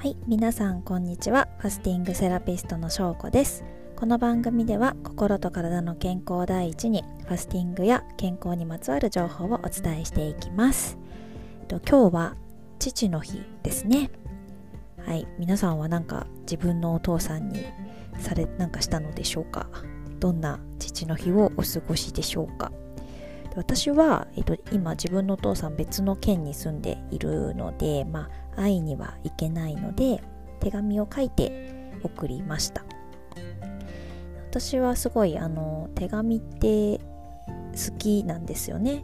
い、皆さんこんにちは。ファスティングセラピストのしょうこです。この番組では心と体の健康を第一にファスティングや健康にまつわる情報をお伝えしていきます。今日は父の日ですね。はい、皆さんは自分のお父さんにしたのでしょうか。どんな父の日をお過ごしでしょうか。私は、今自分のお父さん別の県に住んでいるので、会いには行けないので手紙を書いて送りました。私はすごい手紙って好きなんですよね。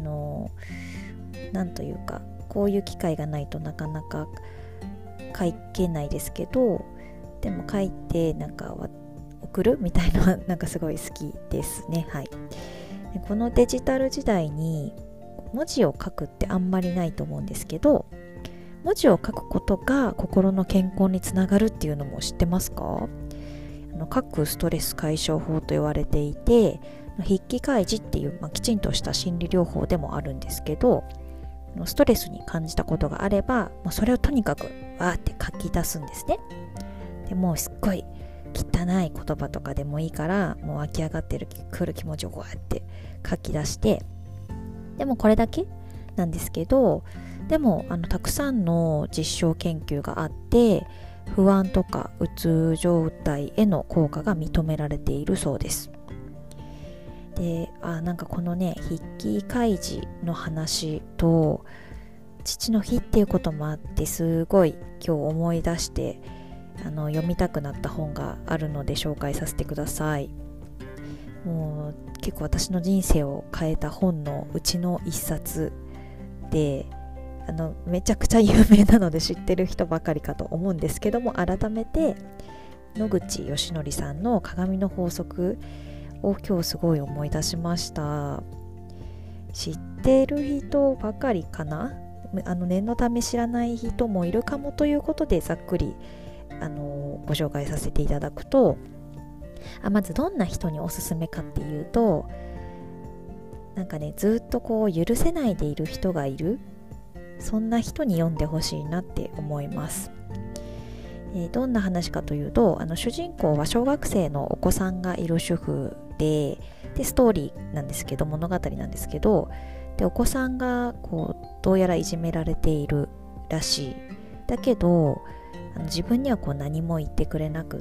なんというかこういう機会がないとなかなか書けないですけど、でも書いて送るみたいなのはすごい好きですね。はい。でこのデジタル時代に文字を書くってあんまりないと思うんですけど、文字を書くことが心の健康につながるっていうのも知ってますか？書くストレス解消法と言われていて、筆記開示っていう、きちんとした心理療法でもあるんですけど、ストレスに感じたことがあれば、それをとにかくわーって書き出すんですね。でもうすっごい汚い言葉とかでもいいから、もう湧き上がってくる気持ちをこうやって書き出して、でもこれだけなんですけど、でもたくさんの実証研究があって、不安とかうつ状態への効果が認められているそうです。で、このね、筆記開示の話と父の日っていうこともあって、すごい今日思い出して読みたくなった本があるので紹介させてください。もう結構私の人生を変えた本のうちの一冊で、めちゃくちゃ有名なので知ってる人ばかりかと思うんですけども、改めて野口義則さんの鏡の法則を今日すごい思い出しました。知ってる人ばかりかな。念のため知らない人もいるかもということでざっくりご紹介させていただくと、まずどんな人におすすめかっていうと、ずっと許せないでいる人がいる、そんな人に読んでほしいなって思います。どんな話かというと、主人公は小学生のお子さんがいる主婦でストーリーなんですけど、物語なんですけど、でお子さんがどうやらいじめられているらしい。だけど自分には何も言ってくれなくって、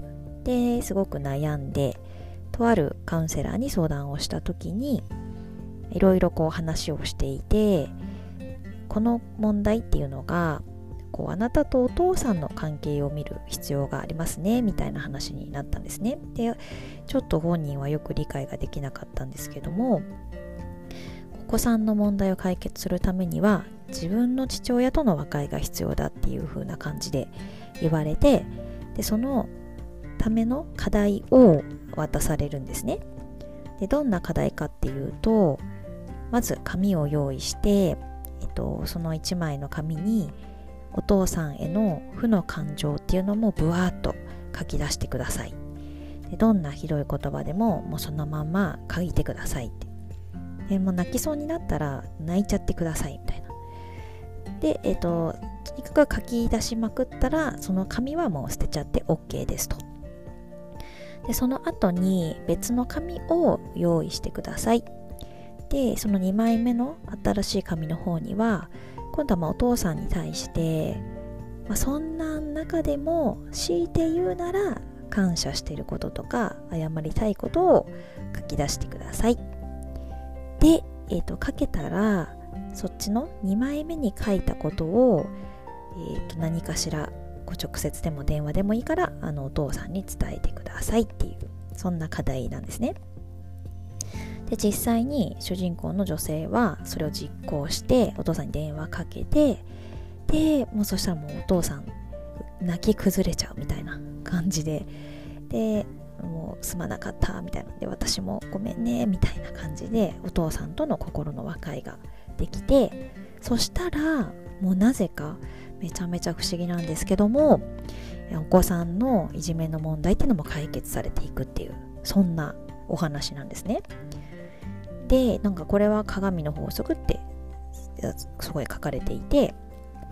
ですごく悩んで、とあるカウンセラーに相談をした時にいろいろ話をしていて、この問題っていうのがあなたとお父さんの関係を見る必要がありますねみたいな話になったんですね。でちょっと本人はよく理解ができなかったんですけども、お子さんの問題を解決するためには自分の父親との和解が必要だっていう風な感じで言われて、でそのための課題を渡されるんですね。でどんな課題かっていうと、まず紙を用意して、その1枚の紙にお父さんへの負の感情っていうのもブワーッと書き出してください。でどんなひどい言葉でももうそのまま書いてくださいって。でもう泣きそうになったら泣いちゃってくださいみたいな。で、とにかく書き出しまくったら、その紙はもう捨てちゃって OK ですと。でその後に別の紙を用意してください。でその2枚目の新しい紙の方には、今度はお父さんに対して、そんな中でも強いて言うなら感謝していることとか謝りたいことを書き出してください。で、書けたらそっちの2枚目に書いたことを、何かしら直接でも電話でもいいからお父さんに伝えてくださいっていう、そんな課題なんですね。で実際に主人公の女性はそれを実行してお父さんに電話かけて、でもうそしたらもうお父さん泣き崩れちゃうみたいな感じで、もうすまなかったみたいな、で私もごめんねみたいな感じでお父さんとの心の和解ができて、そしたらもうなぜかめちゃめちゃ不思議なんですけども、お子さんのいじめの問題っていうのも解決されていくっていう、そんなお話なんですね。でこれは鏡の法則ってすごい書かれていて、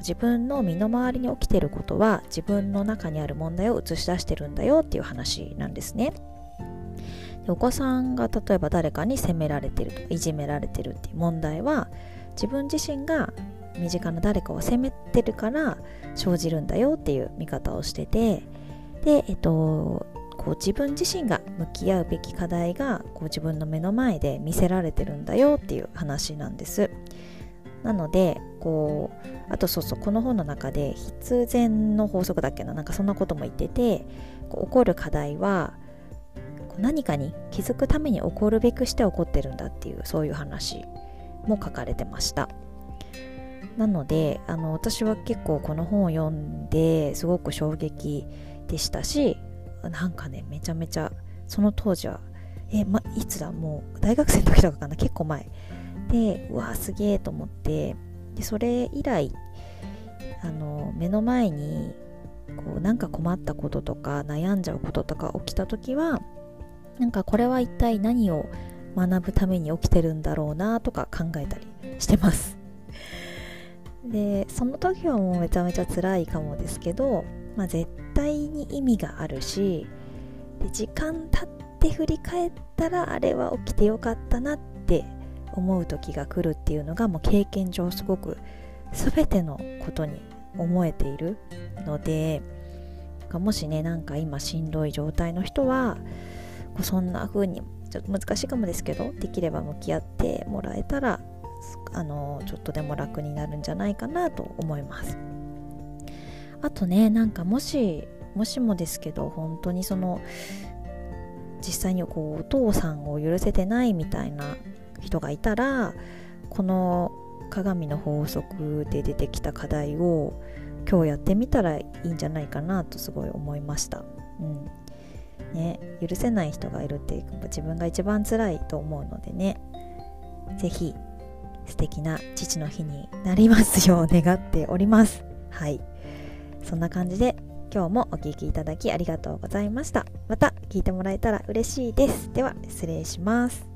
自分の身の回りに起きていることは自分の中にある問題を映し出してるんだよっていう話なんですね。でお子さんが例えば誰かに責められてるとかいじめられてるっていう問題は自分自身が身近な誰かを責めてるから生じるんだよっていう見方をしてて、で、こう自分自身が向き合うべき課題がこう自分の目の前で見せられてるんだよっていう話なんです。なのであとこの本の中で必然の法則だっけな、なんかそんなことも言ってて、起こる課題は何かに気づくために起こるべくして起こってるんだっていう、そういう話も書かれてました。なので私は結構この本を読んですごく衝撃でしたし、なんかねめちゃめちゃその当時はいつだ、もう大学生の時とかかな、結構前で、うわすげえと思って、でそれ以来目の前になんか困ったこととか悩んじゃうこととか起きた時は、なんかこれは一体何を学ぶために起きてるんだろうなとか考えたりしてます。でその時はもうめちゃめちゃ辛いかもですけど、絶対に意味があるし、で時間経って振り返ったらあれは起きてよかったなって思う時が来るっていうのがもう経験上すごく全てのことに思えているので、もしねなんか今しんどい状態の人はそんな風にちょっと難しいかもですけど、できれば向き合ってもらえたらちょっとでも楽になるんじゃないかなと思います。あとね、なんかもしもですけど、本当に実際にお父さんを許せてないみたいな人がいたら、この鏡の法則で出てきた課題を今日やってみたらいいんじゃないかなとすごい思いました。許せない人がいるって自分が一番辛いと思うのでね、ぜひ素敵な父の日になりますよう願っております。はい、そんな感じで今日もお聞きいただきありがとうございました。また聞いてもらえたら嬉しいです。では失礼します。